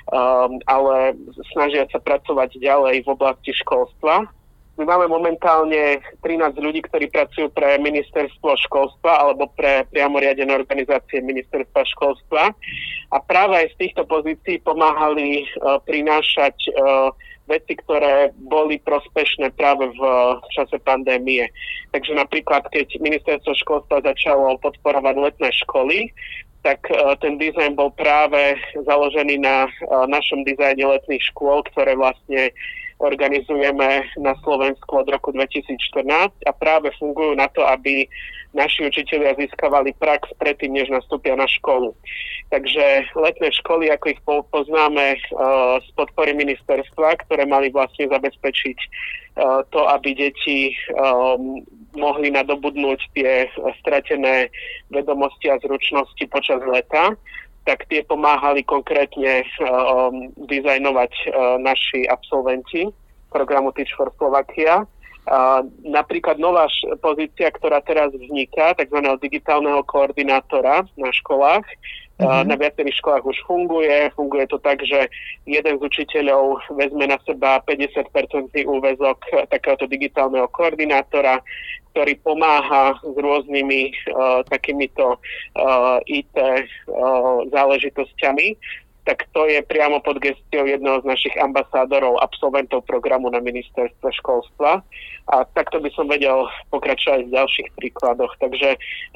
ale snažia sa pracovať ďalej v oblasti školstva. My máme momentálne 13 ľudí, ktorí pracujú pre ministerstvo školstva alebo pre priamo riadené organizácie ministerstva školstva. A práve aj z týchto pozícií pomáhali prinášať veci, ktoré boli prospešné práve v čase pandémie. Takže napríklad, keď ministerstvo školstva začalo podporovať letné školy, tak ten dizajn bol práve založený na našom dizajne letných škôl, ktoré vlastne organizujeme na Slovensku od roku 2014 a práve fungujú na to, aby naši učitelia získavali prax predtým, než nastúpia na školu. Takže letné školy, ako ich poznáme z podpory ministerstva, ktoré mali vlastne zabezpečiť to, aby deti mohli nadobudnúť tie stratené vedomosti a zručnosti počas leta, tak tie pomáhali konkrétne dizajnovať naši absolventi programu Teach for Slovakia. Napríklad nová pozícia, ktorá teraz vzniká, takzvaného digitálneho koordinátora na školách. Na viacerých školách už funguje. Funguje to tak, že jeden z učiteľov vezme na seba 50% úväzok takéhoto digitálneho koordinátora, ktorý pomáha s rôznymi takýmito IT záležitosťami, tak to je priamo pod gestiou jedného z našich ambasádorov, absolventov programu na ministerstve školstva. A takto by som vedel pokračovať v ďalších príkladoch. Takže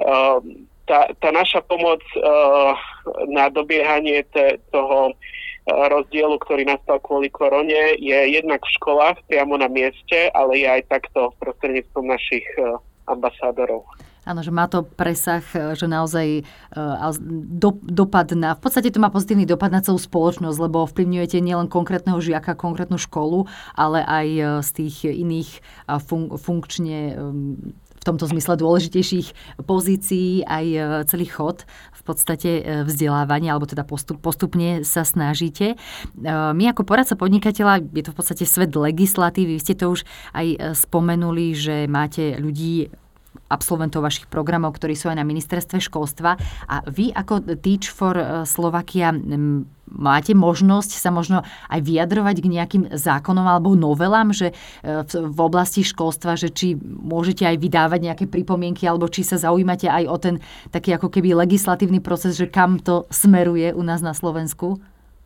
tá naša pomoc na dobiehanie toho rozdielu, ktorý nastal kvôli korone, je jednak v školách priamo na mieste, ale je aj takto prostredníctvom našich ambasádorov. Áno, že má to presah, že naozaj dopad v podstate to má pozitívny dopad na celú spoločnosť, lebo ovplyvňujete nielen konkrétneho žiaka, konkrétnu školu, ale aj z tých iných funkčne v tomto zmysle dôležitejších pozícií aj celý chod v podstate vzdelávania, alebo teda postupne sa snažíte. My ako poradca podnikateľa, je to v podstate svet legislatívy, vy ste to už aj spomenuli, že máte ľudí, absolventov vašich programov, ktorí sú aj na ministerstve školstva. A vy ako Teach for Slovakia máte možnosť sa možno aj vyjadrovať k nejakým zákonom alebo novelám, že v oblasti školstva, že či môžete aj vydávať nejaké pripomienky, alebo či sa zaujímate aj o ten taký ako keby legislatívny proces, že kam to smeruje u nás na Slovensku?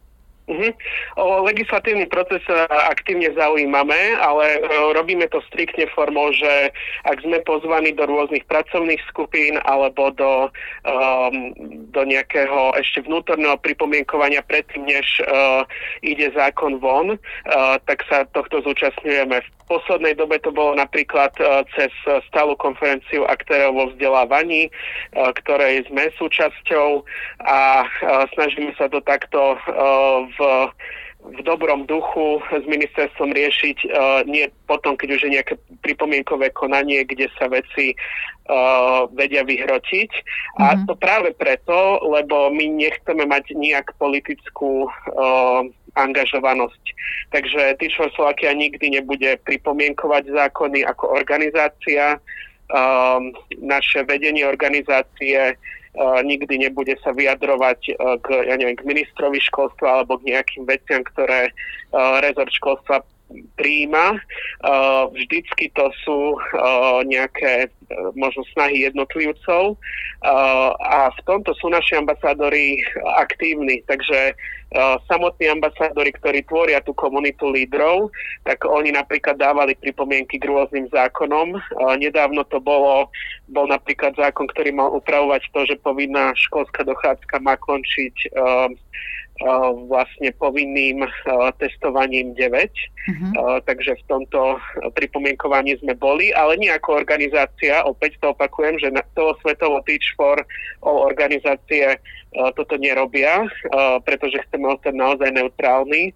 O legislatívny proces aktívne zaujímame, ale robíme to striktne formou, že ak sme pozvaní do rôznych pracovných skupín alebo do nejakého ešte vnútorného pripomienkovania predtým, než ide zákon von, tak sa tohto zúčastňujeme. V poslednej dobe to bolo napríklad cez stálu konferenciu aktérov vo vzdelávaní, ktorej sme súčasťou a snažíme sa to takto v dobrom duchu s ministerstvom riešiť, nie potom, keď už je nejaké pripomienkové konanie, kde sa veci vedia vyhrotiť. A to práve preto, lebo my nechceme mať nejak politickú angažovanosť. Takže Teach for Slovakia nikdy nebude pripomienkovať zákony ako organizácia. Naše vedenie organizácie nikdy nebude sa vyjadrovať k ministrovi školstva alebo k nejakým veciam, ktoré rezort školstva prijíma. Vždycky to sú nejaké možno snahy jednotlivcov a v tomto sú naši ambasádori aktívni, takže samotní ambasádori, ktorí tvoria tú komunitu lídrov, tak oni napríklad dávali pripomienky k rôznym zákonom. Nedávno to bol napríklad zákon, ktorý mal upravovať to, že povinná školská dochádzka má končiť vlastne povinným testovaním 9. Takže v tomto pripomienkovaní sme boli, ale nie ako organizácia, opäť to opakujem, že celosvetovo Teach for All organizácie toto nerobia, pretože chceme ostať naozaj neutrálni.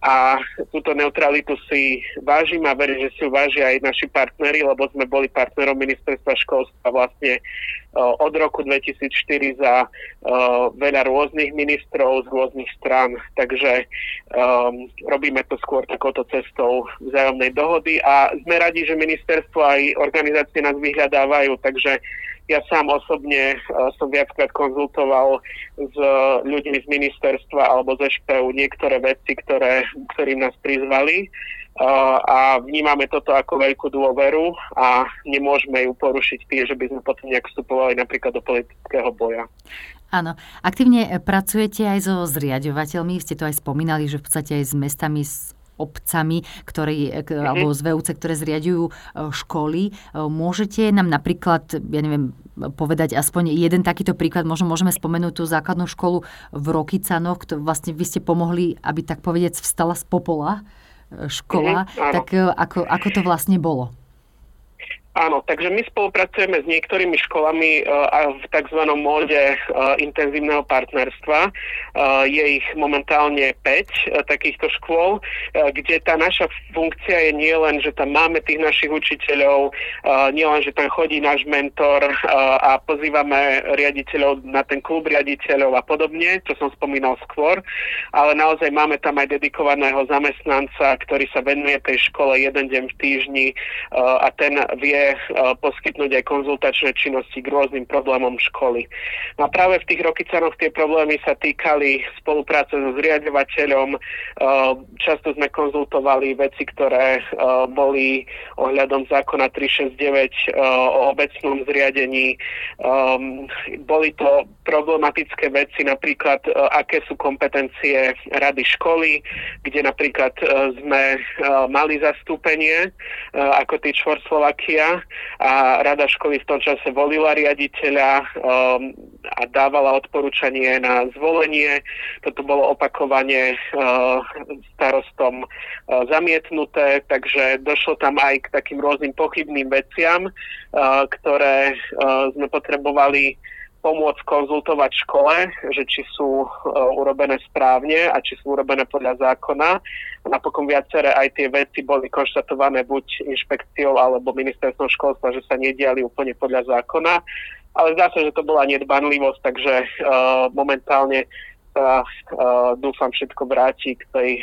a túto neutralitu si vážim a verím, že si ju vážia aj naši partneri, lebo sme boli partnerom ministerstva školstva vlastne od roku 2004 za veľa rôznych ministrov z rôznych strán. Takže robíme to skôr takouto cestou vzájomnej dohody a sme radi, že ministerstvo aj organizácie nás vyhľadávajú, takže ja sám osobne som viackrát konzultoval s ľuďmi z ministerstva alebo z ŠPU niektoré veci, ktorým nás prizvali a vnímame toto ako veľkú dôveru a nemôžeme ju porušiť tým, že by sme potom nejak vstupovali napríklad do politického boja. Áno, aktívne pracujete aj so zriaďovateľmi, ste to aj spomínali, že v podstate aj s mestami, s obcami, alebo z VUC, ktoré zriaďujú školy. Môžete nám napríklad, povedať aspoň jeden takýto príklad, možno môžeme spomenúť tú základnú školu v Rokycanoch, vlastne vy ste pomohli, aby tak povedec vstala z popola škola, tak ako to vlastne bolo? Áno, takže my spolupracujeme s niektorými školami v tzv. Móde intenzívneho partnerstva. Je ich momentálne 5 takýchto škôl, kde tá naša funkcia je nie len, že tam máme tých našich učiteľov, nie len, že tam chodí náš mentor a pozývame riaditeľov na ten klub riaditeľov a podobne, čo som spomínal skôr, ale naozaj máme tam aj dedikovaného zamestnanca, ktorý sa venuje tej škole jeden deň v týždni a ten vie poskytnúť aj konzultačné činnosti k rôznym problémom školy. No a práve v tých Rokycanoch tie problémy sa týkali spolupráce so zriaďovateľom. Často sme konzultovali veci, ktoré boli ohľadom zákona 369 o obecnom zriadení. Boli to problematické veci, napríklad aké sú kompetencie rady školy, kde napríklad sme mali zastúpenie ako Teach for Slovakia a rada školy v tom čase volila riaditeľa a dávala odporúčanie na zvolenie. Toto bolo opakovane starostom zamietnuté, takže došlo tam aj k takým rôznym pochybným veciam, ktoré sme potrebovali pomôcť konzultovať škole, že či sú urobené správne a či sú urobené podľa zákona. Napokon viaceré aj tie veci boli konštatované buď inšpekciou alebo ministerstvom školstva, že sa nediali úplne podľa zákona. Ale zdá sa, že to bola nedbanlivosť, takže momentálne sa dúfam všetko vráti k tej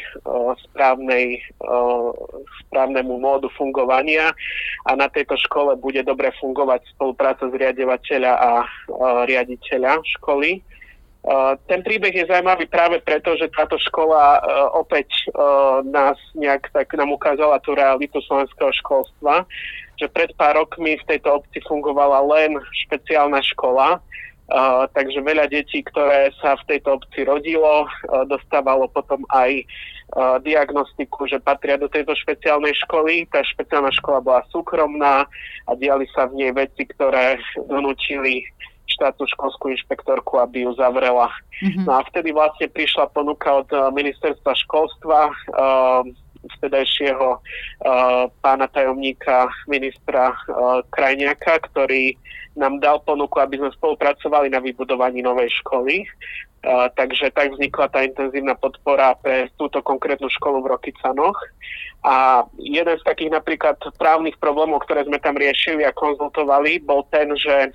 správnemu módu fungovania a na tejto škole bude dobre fungovať spolupráca zriaďovateľa a riaditeľa školy. Ten príbeh je zaujímavý práve preto, že táto škola opäť nás nejak tak nám ukázala tú realitu slovenského školstva, že pred pár rokmi v tejto obci fungovala len špeciálna škola, takže veľa detí, ktoré sa v tejto obci rodilo, dostávalo potom aj diagnostiku, že patria do tejto špeciálnej školy. Tá špeciálna škola bola súkromná a diali sa v nej veci, ktoré donútili štátnu školskú inšpektorku, aby ju zavrela. No a vtedy vlastne prišla ponuka od ministerstva školstva, vtedajšieho pána tajomníka ministra Krajniaka, ktorý nám dal ponuku, aby sme spolupracovali na vybudovaní novej školy. Takže tak vznikla tá intenzívna podpora pre túto konkrétnu školu v Rokycanoch. A jeden z takých napríklad právnych problémov, ktoré sme tam riešili a konzultovali, bol ten, že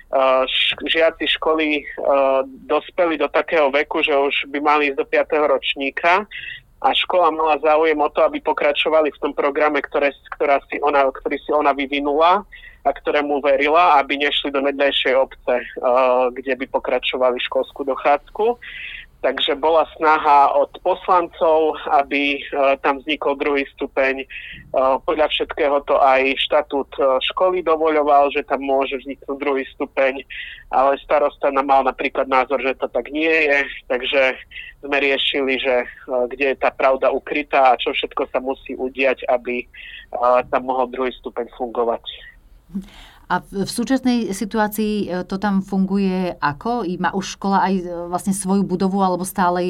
žiaci školy dospeli do takého veku, že už by mali ísť do 5. ročníka a škola mala záujem o to, aby pokračovali v tom programe, ktorý si ona vyvinula a ktorému verila, aby nešli do vedľajšej obce, kde by pokračovali školskú dochádzku. Takže bola snaha od poslancov, aby tam vznikol druhý stupeň. Podľa všetkého to aj štatút školy dovoľoval, že tam môže vzniknúť druhý stupeň, ale starosta nám mal napríklad názor, že to tak nie je, takže sme riešili, že kde je tá pravda ukrytá a čo všetko sa musí udiať, aby tam mohol druhý stupeň fungovať. A v súčasnej situácii to tam funguje ako? Má už škola aj vlastne svoju budovu, alebo stále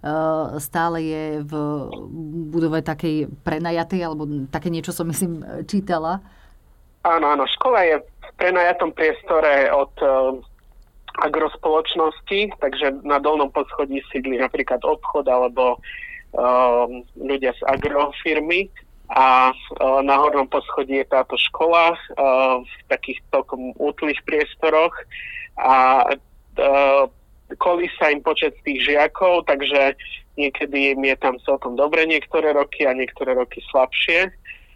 je v budove takej prenajatej, alebo také niečo som myslím čítala? Áno, škola je v prenajatom priestore od agrospoločnosti, takže na dolnom poschodí sídli napríklad obchod alebo ľudia z agrofirmy a na hornom poschodí je táto škola v takých celkom útlých priestoroch a kolísa im počet tých žiakov, takže niekedy im je tam celkom dobre niektoré roky a niektoré roky slabšie.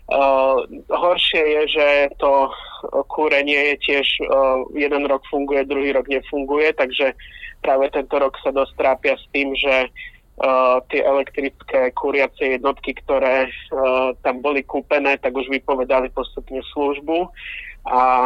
Horšie je, že to kúrenie je tiež jeden rok funguje, druhý rok nefunguje, takže práve tento rok sa dosť trápia s tým, že tie elektrické kúriacie jednotky, ktoré tam boli kúpené, tak už vypovedali postupne službu a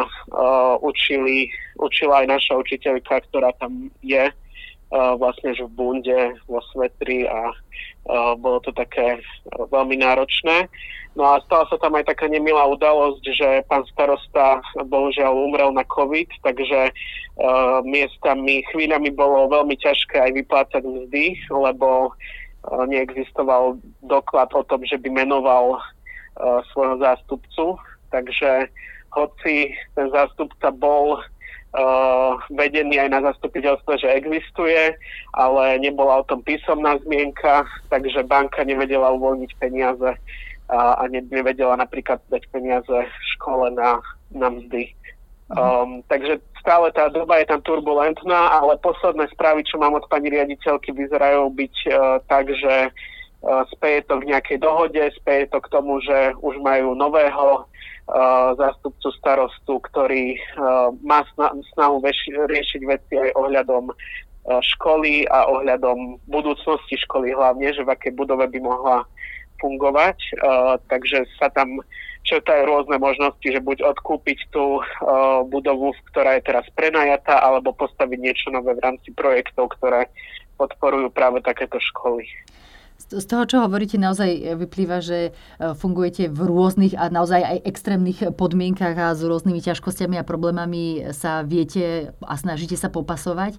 učila aj naša učiteľka, ktorá tam je vlastne že v bunde, vo svetri a bolo to také veľmi náročné. No a stala sa tam aj taká nemilá udalosť, že pán starosta bohužiaľ umrel na COVID, takže miestami, chvíľami bolo veľmi ťažké aj vyplácať mzdy, lebo neexistoval doklad o tom, že by menoval svojho zástupcu. Takže hoci ten zástupca bol vedený aj na zastupiteľstve, že existuje, ale nebola o tom písomná zmienka, takže banka nevedela uvoľniť peniaze a nevedela napríklad dať peniaze škole na mzdy. Takže stále tá doba je tam turbulentná, ale posledné správy, čo mám od pani riaditeľky, vyzerajú byť tak, že speje to k nejakej dohode, speje to k tomu, že už majú nového zástupcu starostu, ktorý má snahu riešiť veci aj ohľadom školy a ohľadom budúcnosti školy hlavne, že v akej budove by mohla fungovať. Takže sa tam črtajú rôzne možnosti, že buď odkúpiť tú budovu, ktorá je teraz prenajatá, alebo postaviť niečo nové v rámci projektov, ktoré podporujú práve takéto školy. Z toho, čo hovoríte, naozaj vyplýva, že fungujete v rôznych a naozaj aj extrémnych podmienkach a s rôznymi ťažkosťami a problémami sa viete a snažíte sa popasovať.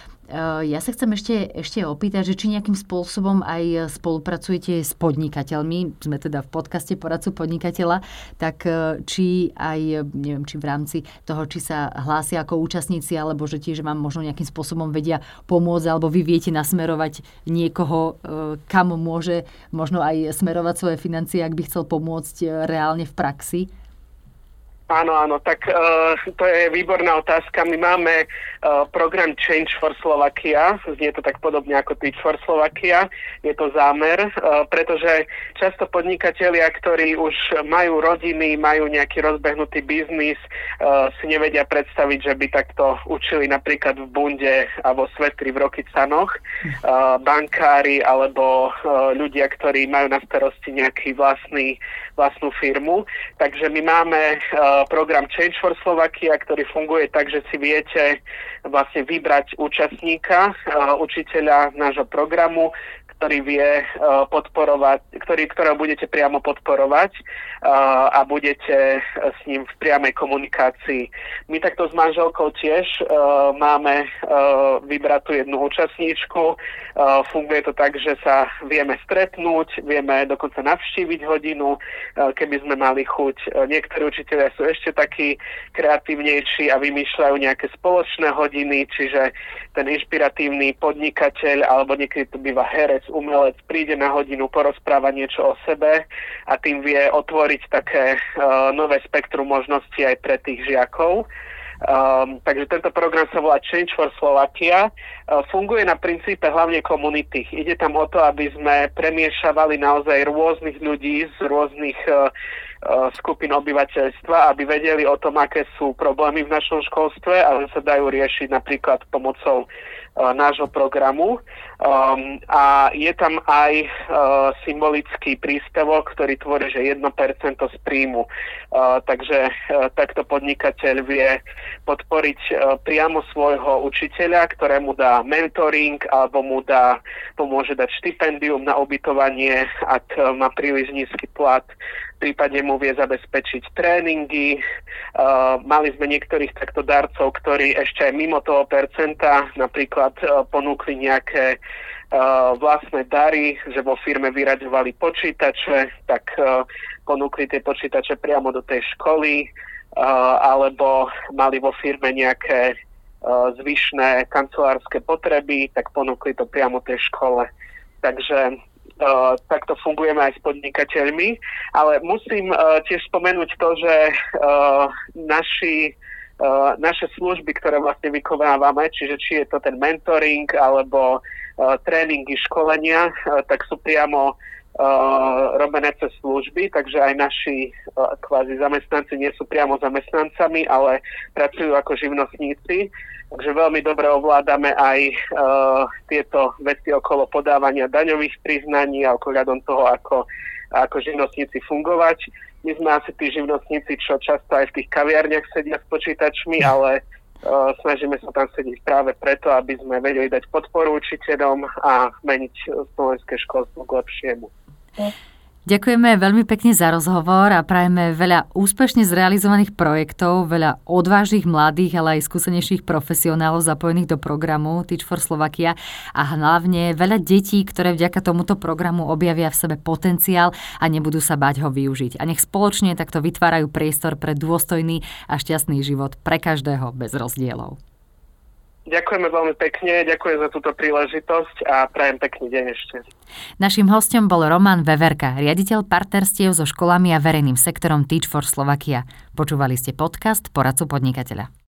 Ja sa chcem ešte opýtať, že či nejakým spôsobom aj spolupracujete s podnikateľmi, sme teda v podcaste Poradcu podnikateľa, tak či aj, neviem, či v rámci toho, či sa hlásia ako účastníci, alebo že tiež vám možno nejakým spôsobom vedia pomôcť, alebo vy viete nasmerovať niekoho, kam môže možno aj smerovať svoje financie, ak by chcel pomôcť reálne v praxi. Áno, tak to je výborná otázka. My máme program Change for Slovakia, znie to tak podobne ako Teach for Slovakia. Je to zámer, pretože často podnikatelia, ktorí už majú rodiny, majú nejaký rozbehnutý biznis, si nevedia predstaviť, že by takto učili napríklad v bunde a vo svetri v Rokycanoch bankári alebo ľudia, ktorí majú na starosti nejaký vlastnú firmu. Takže my máme program Change for Slovakia, ktorý funguje tak, že si viete vlastne vybrať účastníka, učiteľa nášho programu, ktorý vie podporovať, ktorého budete priamo podporovať a budete s ním v priamej komunikácii. My takto s manželkou tiež máme vybratú jednu účastníčku. Funguje to tak, že sa vieme stretnúť, vieme dokonca navštíviť hodinu, keby sme mali chuť. Niektorí učitelia sú ešte takí kreatívnejší a vymýšľajú nejaké spoločné hodiny, čiže ten inšpiratívny podnikateľ alebo niekedy to býva herec, umelec príde na hodinu, porozpráva niečo o sebe a tým vie otvoriť také nové spektrum možností aj pre tých žiakov. Takže tento program sa volá Change for Slovakia. Funguje na princípe hlavne komunity. Ide tam o to, aby sme premiešavali naozaj rôznych ľudí z rôznych skupín obyvateľstva, aby vedeli o tom, aké sú problémy v našom školstve a že sa dajú riešiť napríklad pomocou nášho programu. A je tam aj symbolický príspevok, ktorý tvorí, že 1% z príjmu. Takže takto podnikateľ vie podporiť priamo svojho učiteľa, ktorému dá mentoring alebo mu pomôže dať štipendium na ubytovanie, ak má príliš nízky plat. Prípadne mu vie zabezpečiť tréningy. Mali sme niektorých takto darcov, ktorí ešte aj mimo toho percenta napríklad ponúkli nejaké vlastné dary, že vo firme vyraďovali počítače, tak ponúkli tie počítače priamo do tej školy, alebo mali vo firme nejaké zvyšné kancelárske potreby, tak ponúkli to priamo tej škole. Takže takto fungujeme aj s podnikateľmi, ale musím tiež spomenúť to, že naše služby, ktoré vlastne vykonávame, čiže či je to ten mentoring alebo tréningy, školenia, tak sú priamo robené cez služby, takže aj naši kvázi zamestnanci nie sú priamo zamestnancami, ale pracujú ako živnostníci. Takže veľmi dobre ovládame aj tieto veci okolo podávania daňových priznaní a ohľadom toho, ako živnostníci fungovať. My sme asi tí živnostníci, čo často aj v tých kaviarniach sedia s počítačmi, ale snažíme sa tam sedieť práve preto, aby sme vedeli dať podporu učiteľom a meniť slovenské školstvo k lepšiemu. Ďakujeme veľmi pekne za rozhovor a prajeme veľa úspešne zrealizovaných projektov, veľa odvážnych mladých, ale aj skúsenejších profesionálov zapojených do programu Teach for Slovakia a hlavne veľa detí, ktoré vďaka tomuto programu objavia v sebe potenciál a nebudú sa báť ho využiť. A nech spoločne takto vytvárajú priestor pre dôstojný a šťastný život pre každého bez rozdielov. Ďakujeme veľmi pekne, ďakujem za túto príležitosť a prajem pekný deň ešte. Naším hostom bol Roman Veverka, riaditeľ partnerstiev so školami a verejným sektorom Teach for Slovakia. Počúvali ste podcast Poradcu podnikateľa.